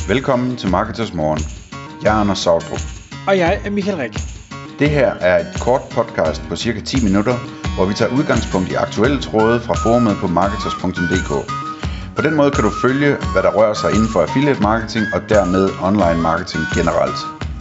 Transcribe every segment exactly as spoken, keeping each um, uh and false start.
Velkommen til Marketers Morgen. Jeg er Anders Sautrup. Og jeg er Michael Rik. Det her er et kort podcast på cirka ti minutter, hvor vi tager udgangspunkt i aktuelle tråde fra forumet på marketers punktum d k. På den måde kan du følge, hvad der rører sig inden for affiliate marketing og dermed online marketing generelt.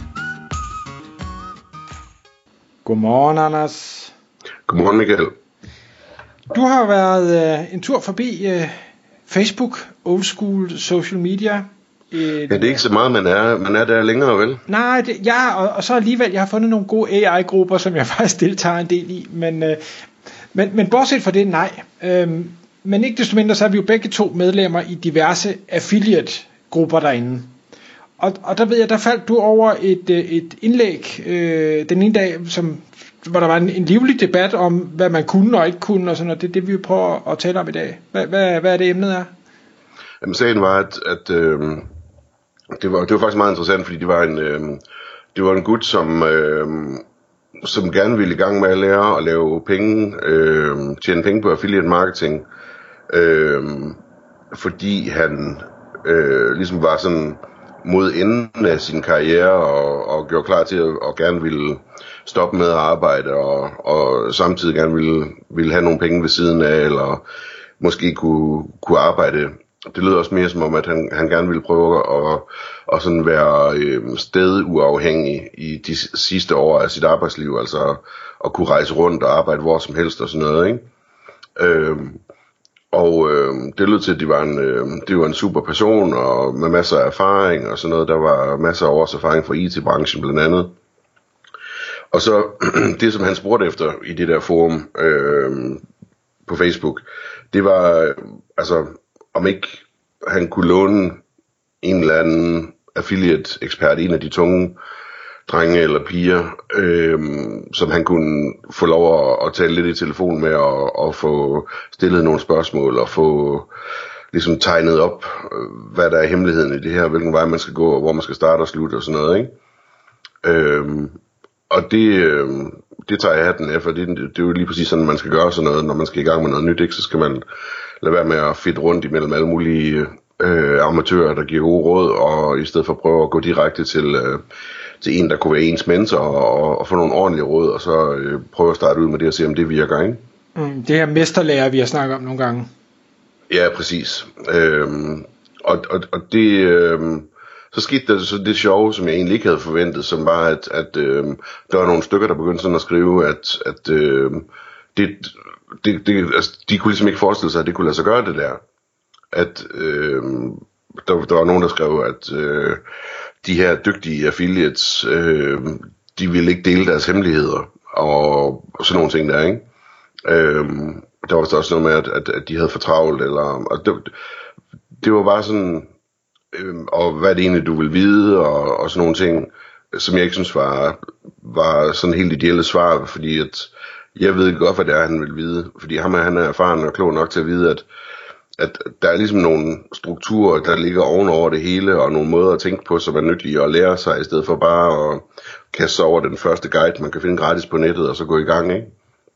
Godmorgen, Anders. Godmorgen, Michael. Du har været øh, en tur forbi øh, Facebook, old school social media. Øh, ja, det er ikke så meget, man er, man er der længere, vel? Nej, det, ja, og, og så alligevel, jeg har fundet nogle gode A I-grupper, som jeg faktisk deltager en del i, men, øh, men, men bortset fra det, nej. Øhm, men ikke desto mindre, så er vi jo begge to medlemmer i diverse affiliate-grupper derinde. Og, og der ved jeg, der faldt du over et, et indlæg øh, den ene dag, som, hvor der var en, en livlig debat om, hvad man kunne og ikke kunne, og sådan noget. Det er det, vi prøver at tale om i dag. Hvad, hvad, hvad er det, emnet er? Jamen, sagen var, at, at øh, det, var, det var faktisk meget interessant, fordi det var en, øh, det var en gut, som, øh, som gerne ville i gang med at lære at lave penge, øh, tjene penge på affiliate marketing, øh, fordi han øh, ligesom var sådan mod enden af sin karriere og, og gjorde klar til at og gerne ville stoppe med at arbejde og, og samtidig gerne ville, ville have nogle penge ved siden af, eller måske kunne, kunne arbejde. Det lyder også mere som om, at han, han gerne ville prøve at, at sådan være øh, steduafhængig i de sidste år af sit arbejdsliv, altså at kunne rejse rundt og arbejde hvor som helst og sådan noget, ikke? Øh, Og øh, det lød til, at de var en, øh, det var en super person og med masser af erfaring og sådan noget. Der var masser af års erfaring fra I T-branchen blandt andet. Og så det, som han spurgte efter i det der forum øh, på Facebook, det var øh, altså om ikke han kunne låne en eller anden affiliate-ekspert, en af de tunge drenge eller piger, øh, som han kunne få lov at, at tale lidt i telefon med og, og få stillet nogle spørgsmål og få ligesom tegnet op, hvad der er hemmeligheden i det her, hvilken vej man skal gå og hvor man skal starte og slutte og sådan noget, ikke? Øh, og det, øh, det tager jeg hatten af, for det, det er jo lige præcis sådan, man skal gøre sådan noget, når man skal i gang med noget nyt, ikke? Så skal man lade være med at fedte rundt imellem alle mulige øh, amatører, der giver gode råd, og i stedet for prøve at gå direkte til øh, til en, der kunne være ens mentor, og, og få nogle ordentlige råd, og så øh, prøve at starte ud med det og se, om det virker, ikke? Mm, det her mesterlærer, vi har snakket om nogle gange. Ja, præcis. Øhm, og, og, og det, øhm, så skete der så det sjove, som jeg egentlig ikke havde forventet, som var, at, at øhm, der var nogle stykker, der begyndte sådan at skrive, at, at øhm, det, det, det, altså, de kunne ligesom ikke forestille sig, at det kunne lade sig gøre det der. At øhm, der, der var nogen, der skrev, at øh, de her dygtige affiliates, øh, de ville ikke dele deres hemmeligheder, og sådan nogle ting der, ikke? Øh, der var også noget med, at, at, at de havde for travlt, eller, og det, det var bare sådan, øh, og hvad er det egentlig, du vil vide, og, og sådan nogle ting, som jeg ikke synes var, var sådan helt ideelle svar, fordi at, jeg ved godt, hvad det er, han vil vide, fordi ham, han er erfaren og klog nok til at vide, at at der er ligesom nogle strukturer, der ligger ovenover det hele, og nogle måder at tænke på, som er nyttige at lære sig, i stedet for bare at kaste sig over den første guide, man kan finde gratis på nettet, og så gå i gang, ikke?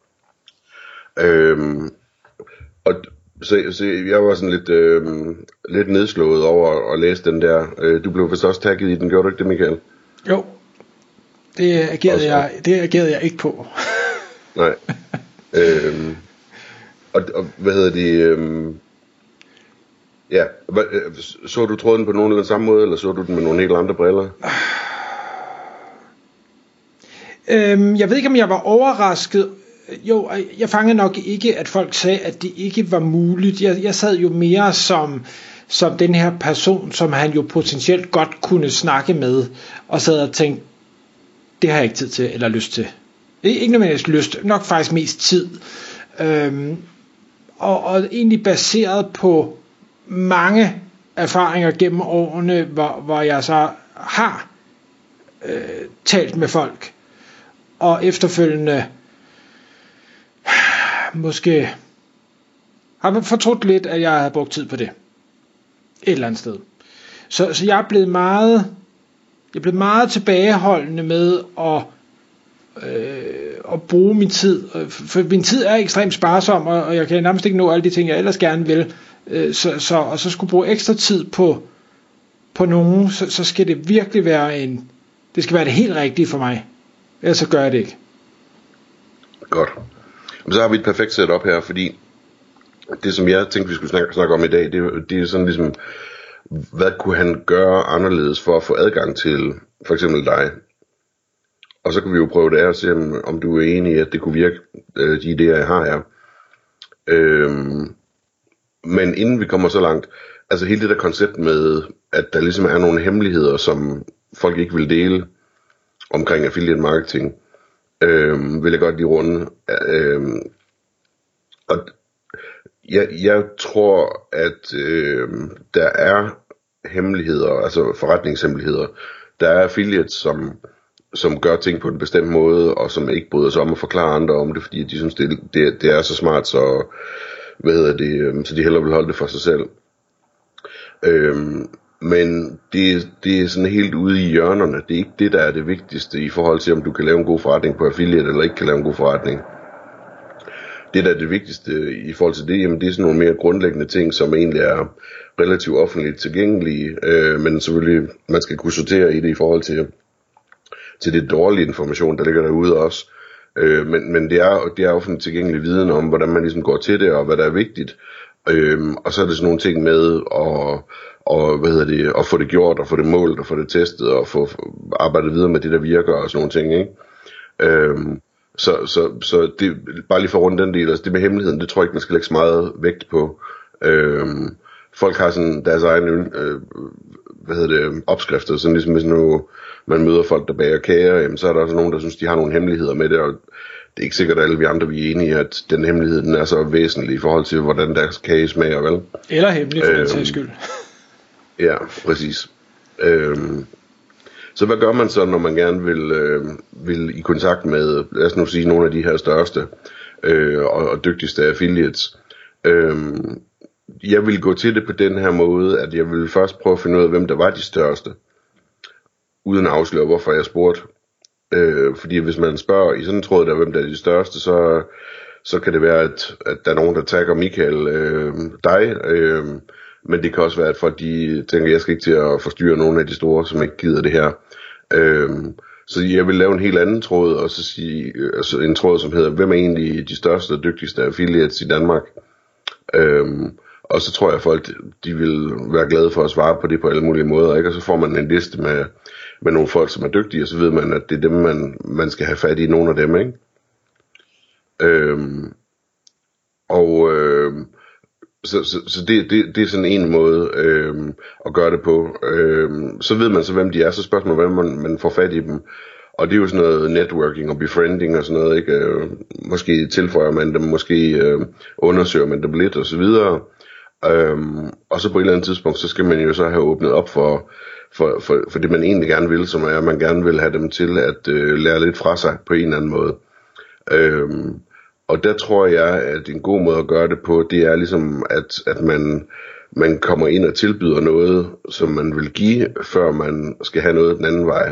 Øhm, og så, så jeg var sådan lidt, øhm, lidt nedslået over at læse den der. Øh, du blev vist også tagget i den, gjorde du ikke det, Michael? Jo, det agerede, jeg, det agerede jeg ikke på. Nej. øhm, og, og hvad hedder det... Øhm, Ja, så du tråden på nogen eller samme måde, eller så du den med nogle helt andre briller? Øhm, jeg ved ikke, om jeg var overrasket. Jo, jeg fangede nok ikke, at folk sagde, at det ikke var muligt. Jeg, jeg sad jo mere som, som den her person, som han jo potentielt godt kunne snakke med, og sad og tænkte, det har jeg ikke tid til, eller lyst til. Ikke nødvendigvis lyst, nok faktisk mest tid. Øhm, og, og egentlig baseret på mange erfaringer gennem årene, hvor, hvor jeg så har øh, talt med folk, og efterfølgende måske har fortrudt lidt, at jeg havde brugt tid på det et eller andet sted. Så, så jeg er blevet meget jeg er blevet meget tilbageholdende med at øh, at bruge min tid, for min tid er ekstremt sparsom, og jeg kan nærmest ikke nå alle de ting, jeg ellers gerne vil. Så, så, og så skulle bruge ekstra tid på på nogen, så, så skal det virkelig være en, det skal være det helt rigtige for mig. Ellers så gør jeg det ikke. Godt. Så har vi et perfekt setup her, fordi det som jeg tænkte vi skulle snakke, snakke om i dag, det, det er sådan ligesom, hvad kunne han gøre anderledes for at få adgang til for eksempel dig? Og så kan vi jo prøve det her og se, om, om du er enig i, at det kunne virke, øh, de idéer jeg har her. Øhm, men inden vi kommer så langt, altså hele det der koncept med, at der ligesom er nogle hemmeligheder, som folk ikke vil dele omkring affiliate marketing, øhm, vil jeg godt lige runde. Øhm, og jeg, jeg tror, at øhm, der er hemmeligheder, altså forretningshemmeligheder. Der er affiliates, som, som gør ting på en bestemt måde, og som ikke bryder sig om at forklare andre om det, fordi de synes, det, det, det er så smart, så, hvad hedder det, så de hellere vil holde det for sig selv. Øhm, men det, det er sådan helt ude i hjørnerne. Det er ikke det, der er det vigtigste i forhold til, om du kan lave en god forretning på affiliate, eller ikke kan lave en god forretning. Det, der er det vigtigste i forhold til det, jamen det er sådan nogle mere grundlæggende ting, som egentlig er relativt offentligt tilgængelige, øh, men selvfølgelig, man skal kunne sortere i det i forhold til, til det dårlige information, der ligger derude også. Øh, men men det, er, det er offentligt tilgængelig viden om, hvordan man ligesom går til det, og hvad der er vigtigt. Øh, og så er det sådan nogle ting med at, og, hvad hedder det, at få det gjort, og få det målt, og få det testet, og få arbejdet videre med det, der virker, og sådan nogle ting, ikke? Øh, Så, så, så det, bare lige for rundt den del, altså det med hemmeligheden, det tror jeg ikke, man skal lægge så meget vægt på. Øhm, folk har sådan deres egne, øh, hvad hedder det, opskrifter, sådan ligesom hvis nu man møder folk, der bager kager, jamen, så er der også nogen, der synes, de har nogle hemmeligheder med det, og det er ikke sikkert, at alle vi andre vi er enige i, at den hemmelighed, den er så væsentlig i forhold til, hvordan deres kage smager, vel? Eller hemmelig for øhm, den sags skyld. Ja, præcis. Øhm, Så hvad gør man så, når man gerne vil, øh, vil i kontakt med, lad os nu sige, nogle af de her største øh, og, og dygtigste affiliates? Øh, jeg vil gå til det på den her måde, at jeg vil først prøve at finde ud af, hvem der var de største, uden at afsløre, hvorfor jeg spurgte. Øh, fordi hvis man spørger i sådan en tråd, der hvem der er de største, så, så kan det være, at, at der er nogen, der tagger Michael, øh, dig, øh, men det kan også være, at folk de tænker, at jeg skal ikke til at forstyrre nogen af de store, som ikke gider det her. Øhm, så jeg vil lave en helt anden tråd, og så sige, altså en tråd, som hedder, hvem er egentlig de største og dygtigste affiliates i Danmark? Øhm, og så tror jeg, at folk de vil være glade for at svare på det på alle mulige måder, ikke? Og så får man en liste med, med nogle folk, som er dygtige, og så ved man, at det er dem, man, man skal have fat i, nogle af dem, ikke? Øhm, og... Øhm, Så, så, så det, det, det er sådan en måde øh, at gøre det på. Øh, så ved man så, hvem de er, så spørger man, hvordan man, man får fat i dem. Og det er jo sådan noget networking og befriending og sådan noget, ikke? Øh, måske tilføjer man dem, måske øh, undersøger man dem lidt og så videre. Øh, og så på et eller andet tidspunkt, så skal man jo så have åbnet op for, for, for, for det, man egentlig gerne vil, som er, at man gerne vil have dem til at øh, lære lidt fra sig på en eller anden måde. Øh, Og der tror jeg, at en god måde at gøre det på, det er ligesom, at, at man, man kommer ind og tilbyder noget, som man vil give, før man skal have noget den anden vej.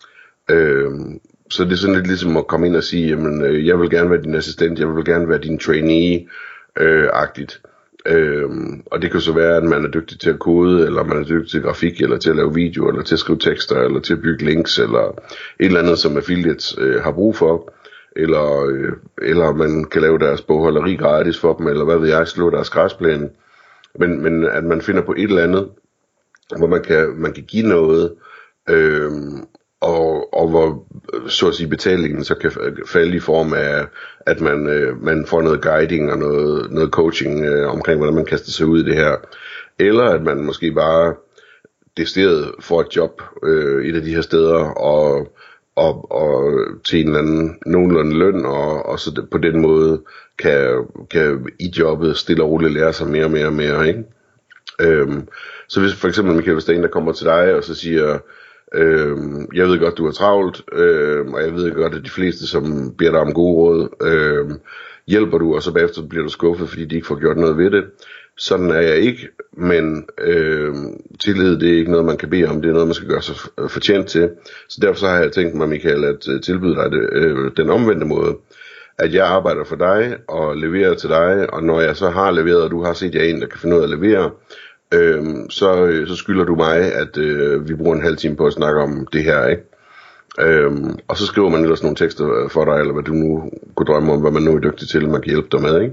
Øh, så det er sådan lidt ligesom at komme ind og sige, jamen, jeg vil gerne være din assistent, jeg vil gerne være din trainee-agtigt. Øh, og det kan så være, at man er dygtig til at kode, eller man er dygtig til grafik, eller til at lave video, eller til at skrive tekster, eller til at bygge links, eller et eller andet, som affiliates øh, har brug for. Eller, øh, eller man kan lave deres bogholderi gratis for dem, eller hvad ved jeg, slå deres græsplæne. Men, men at man finder på et eller andet, hvor man kan, man kan give noget, øh, og, og hvor så at sige betalingen så kan falde i form af, at man, øh, man får noget guiding og noget, noget coaching øh, omkring, hvordan man kaster sig ud i det her. Eller at man måske bare decideret får et job øh, et af de her steder, og Og, og til en eller anden nogenlunde løn, og, og så på den måde kan, kan i jobbet stille og roligt lære sig mere og mere og mere, ikke? Øhm, så hvis for eksempel Michael Vestain, der kommer til dig og så siger, øhm, jeg ved godt du er travlt, øhm, og jeg ved godt at de fleste som beder dig om gode råd, øhm, hjælper du, og så bagefter bliver du skuffet, fordi de ikke får gjort noget ved det. Sådan er jeg ikke, men øh, tillid, det er ikke noget, man kan bede om, det er noget, man skal gøre sig fortjent til. Så derfor så har jeg tænkt mig, Michael, at tilbyde dig det, øh, den omvendte måde, at jeg arbejder for dig og leverer til dig, og når jeg så har leveret, og du har set, at jeg er en, der kan finde ud af at levere, øhm, så, så skylder du mig, at øh, vi bruger en halv time på at snakke om det her, ikke? Øhm, og så skriver man ellers nogle tekster for dig, eller hvad du nu kunne drømme om, hvad man nu er dygtig til, man kan hjælpe dig med, ikke?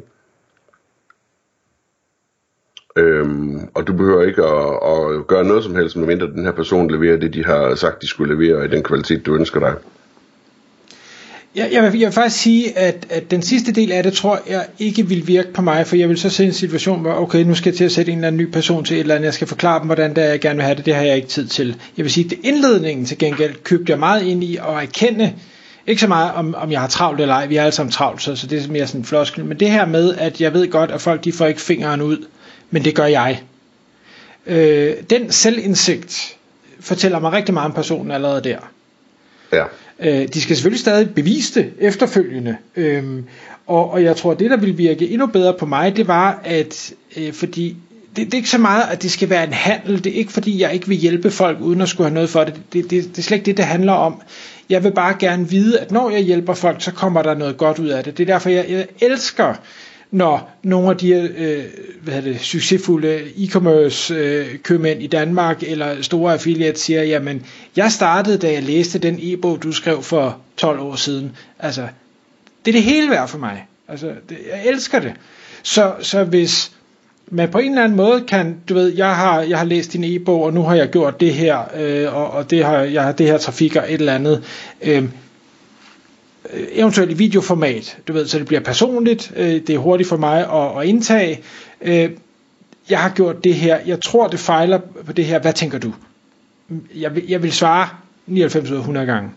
Øhm, og du behøver ikke at, at gøre noget som helst, medmindre den her person leverer det, de har sagt, de skulle levere, i den kvalitet, du ønsker dig. Jeg, jeg, vil, jeg vil faktisk sige, at, at den sidste del af det, tror jeg ikke vil virke på mig, for jeg vil så se en situation, hvor okay, nu skal jeg til at sætte en eller anden ny person til et eller andet, jeg skal forklare dem, hvordan det er, jeg gerne vil have det, det har jeg ikke tid til. Jeg vil sige, at indledningen til gengæld købte jeg meget ind i at erkende, ikke så meget om, om jeg har travlt eller ej, vi er alle sammen travlt, så, så det er mere sådan en floskel, men det her med, at jeg ved godt, at folk de får ikke fingeren ud, men det gør jeg. Øh, den selvindsigt fortæller mig rigtig meget om personen allerede der. Ja. Øh, de skal selvfølgelig stadig bevise det efterfølgende. Øhm, og, og jeg tror, at det, der ville virke endnu bedre på mig, det var, at øh, fordi det, det er ikke så meget, at det skal være en handel. Det er ikke, fordi jeg ikke vil hjælpe folk, uden at skulle have noget for det. Det, det, det er slet ikke det, det handler om. Jeg vil bare gerne vide, at når jeg hjælper folk, så kommer der noget godt ud af det. Det er derfor, jeg, jeg elsker, når nogle af de øh, hvad hedder det, succesfulde e-commerce øh, købmænd i Danmark eller store affiliates siger, jamen jeg startede, da jeg læste den e-bog, du skrev for tolv år siden. Altså, det er det hele værd for mig. Altså, det, jeg elsker det. Så, så hvis man på en eller anden måde kan, du ved, jeg har, jeg har læst din e-bog, og nu har jeg gjort det her, øh, og, og det har, jeg har det her trafik og et eller andet, øh, eventuelt i videoformat, du ved, så det bliver personligt, øh, det er hurtigt for mig at, at indtage. Øh, jeg har gjort det her, jeg tror det fejler på det her, hvad tænker du? Jeg vil, jeg vil svare nioghalvfems ud af hundrede gange.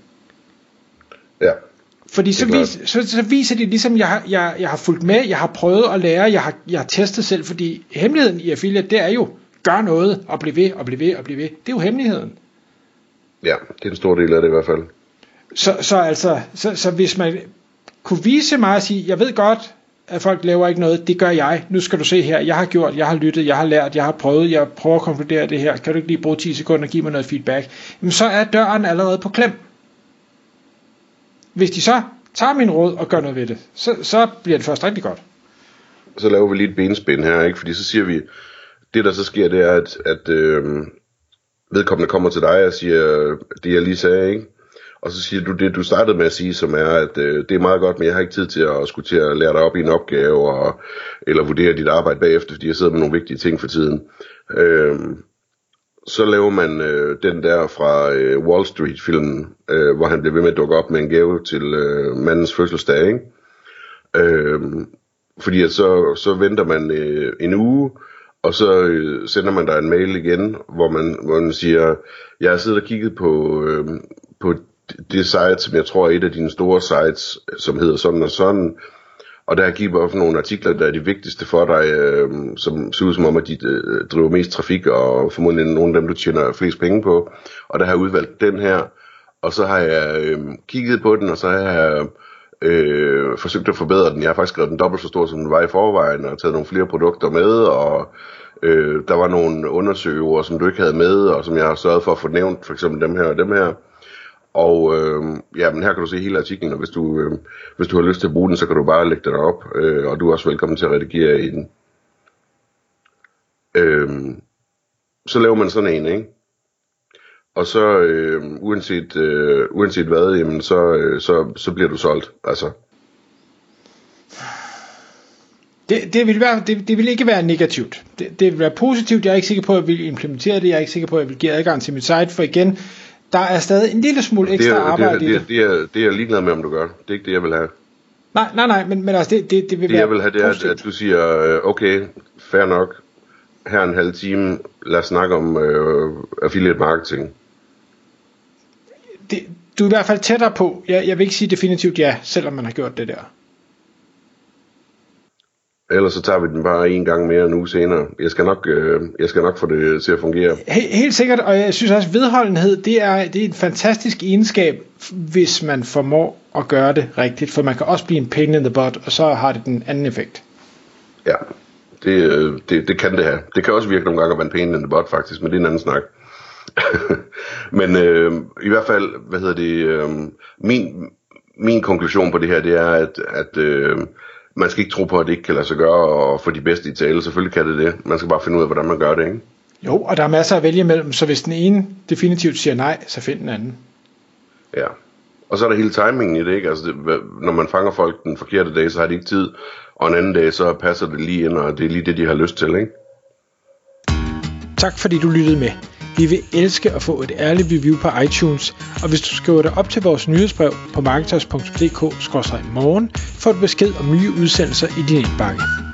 Ja. Fordi så, vis, så, så viser det ligesom, jeg har, jeg, jeg har fulgt med, jeg har prøvet at lære, jeg har, jeg har testet selv, fordi hemmeligheden i affiliate, det er jo, gør noget, og blive ved, og blive ved, og blive ved. Det er jo hemmeligheden. Ja, det er en stor del af det i hvert fald. Så, så altså, så, så hvis man kunne vise mig at sige, jeg ved godt, at folk laver ikke noget, det gør jeg, nu skal du se her, jeg har gjort, jeg har lyttet, jeg har lært, jeg har prøvet, jeg prøver at konkludere det her, kan du ikke lige bruge ti sekunder og give mig noget feedback, jamen så er døren allerede på klem. Hvis de så tager min råd og gør noget ved det, så, så bliver det først rigtig godt. Så laver vi lige et benspænd her, ikke? Fordi så siger vi, det der så sker, det er, at, at øh, vedkommende kommer til dig og siger, det jeg lige sagde, ikke? Og så siger du det, du startede med at sige, som er, at øh, det er meget godt, men jeg har ikke tid til at skulle til at lære dig op i en opgave, og, eller vurdere dit arbejde bagefter, fordi jeg sidder med nogle vigtige ting for tiden. Øh, så laver man øh, den der fra øh, Wall Street-filmen, øh, hvor han bliver ved med at dukke op med en gave til øh, mandens fødselsdag, ikke? Øh, fordi at så, så venter man øh, en uge, og så øh, sender man dig en mail igen, hvor man, hvor man siger, jeg har siddet og kigget på, øh, på det site, som jeg tror er et af dine store sites, som hedder sådan og sådan, og der har givet op nogle artikler, der er de vigtigste for dig, øh, som ser ud som om, at de øh, driver mest trafik, og formodentlig nogle af dem, du tjener flest penge på, og der har jeg udvalgt den her, og så har jeg øh, kigget på den, og så har jeg øh, forsøgt at forbedre den. Jeg har faktisk skrevet den dobbelt så stor, som den var i forvejen, og taget nogle flere produkter med, og øh, der var nogle undersøgelser, som du ikke havde med, og som jeg har sørget for at få nævnt, for eksempel dem her og dem her. Og øh, ja, men her kan du se hele artiklen, og hvis du, øh, hvis du har lyst til at bruge den, så kan du bare lægge den op, øh, og du er også velkommen til at redigere i den. Øh, så laver man sådan en, ikke? Og så øh, uanset, øh, uanset hvad, jamen, så, øh, så, så bliver du solgt, altså. Det, det, vil være, det, det vil ikke være negativt. Det, det vil være positivt. Jeg er ikke sikker på, at jeg vil implementere det. Jeg er ikke sikker på, at jeg vil give adgang til mit site, for igen, der er stadig en lille smule ekstra det er, arbejde det er, i det. Det er, det er jeg ligeglad med, om du gør. Det er ikke det, jeg vil have. Nej, nej, nej, men, men altså, det, det, det vil det, være jeg vil have, det er, at, at du siger, okay, fair nok, her en halv time, lad os snakke om øh, affiliate marketing. Det, du er i hvert fald tættere på. Jeg, jeg vil ikke sige definitivt ja, selvom man har gjort det der. Ellers så tager vi den bare en gang mere en uge senere. Jeg skal nok, øh, jeg skal nok få det til at fungere. Helt, helt sikkert, og jeg synes også, vedholdenhed, det er, det er en fantastisk egenskab, hvis man formår at gøre det rigtigt, for man kan også blive en pain in the butt, og så har det den anden effekt. Ja, det, det, det kan det have. Det kan også virke nogle gange at være en pain in the butt faktisk, men det er en anden snak. Men øh, i hvert fald, hvad hedder det, øh, min, min konklusion på det her, det er, at, at øh, man skal ikke tro på, at det ikke kan lade sig gøre og få de bedste i tale. Selvfølgelig kan det det. Man skal bare finde ud af, hvordan man gør det, ikke? Jo, og der er masser at vælge imellem, så hvis den ene definitivt siger nej, så find den anden. Ja, og så er der hele timingen i det, ikke? Altså, det, når man fanger folk den forkerte dag, så har de ikke tid, og en anden dag, så passer det lige ind, og det er lige det, de har lyst til, ikke? Tak fordi du lyttede med. Vi vil elske at få et ærligt review på iTunes, og hvis du skriver dig op til vores nyhedsbrev på marketers punktum d k skråstreg morgen, får du besked om nye udsendelser i din indbakke.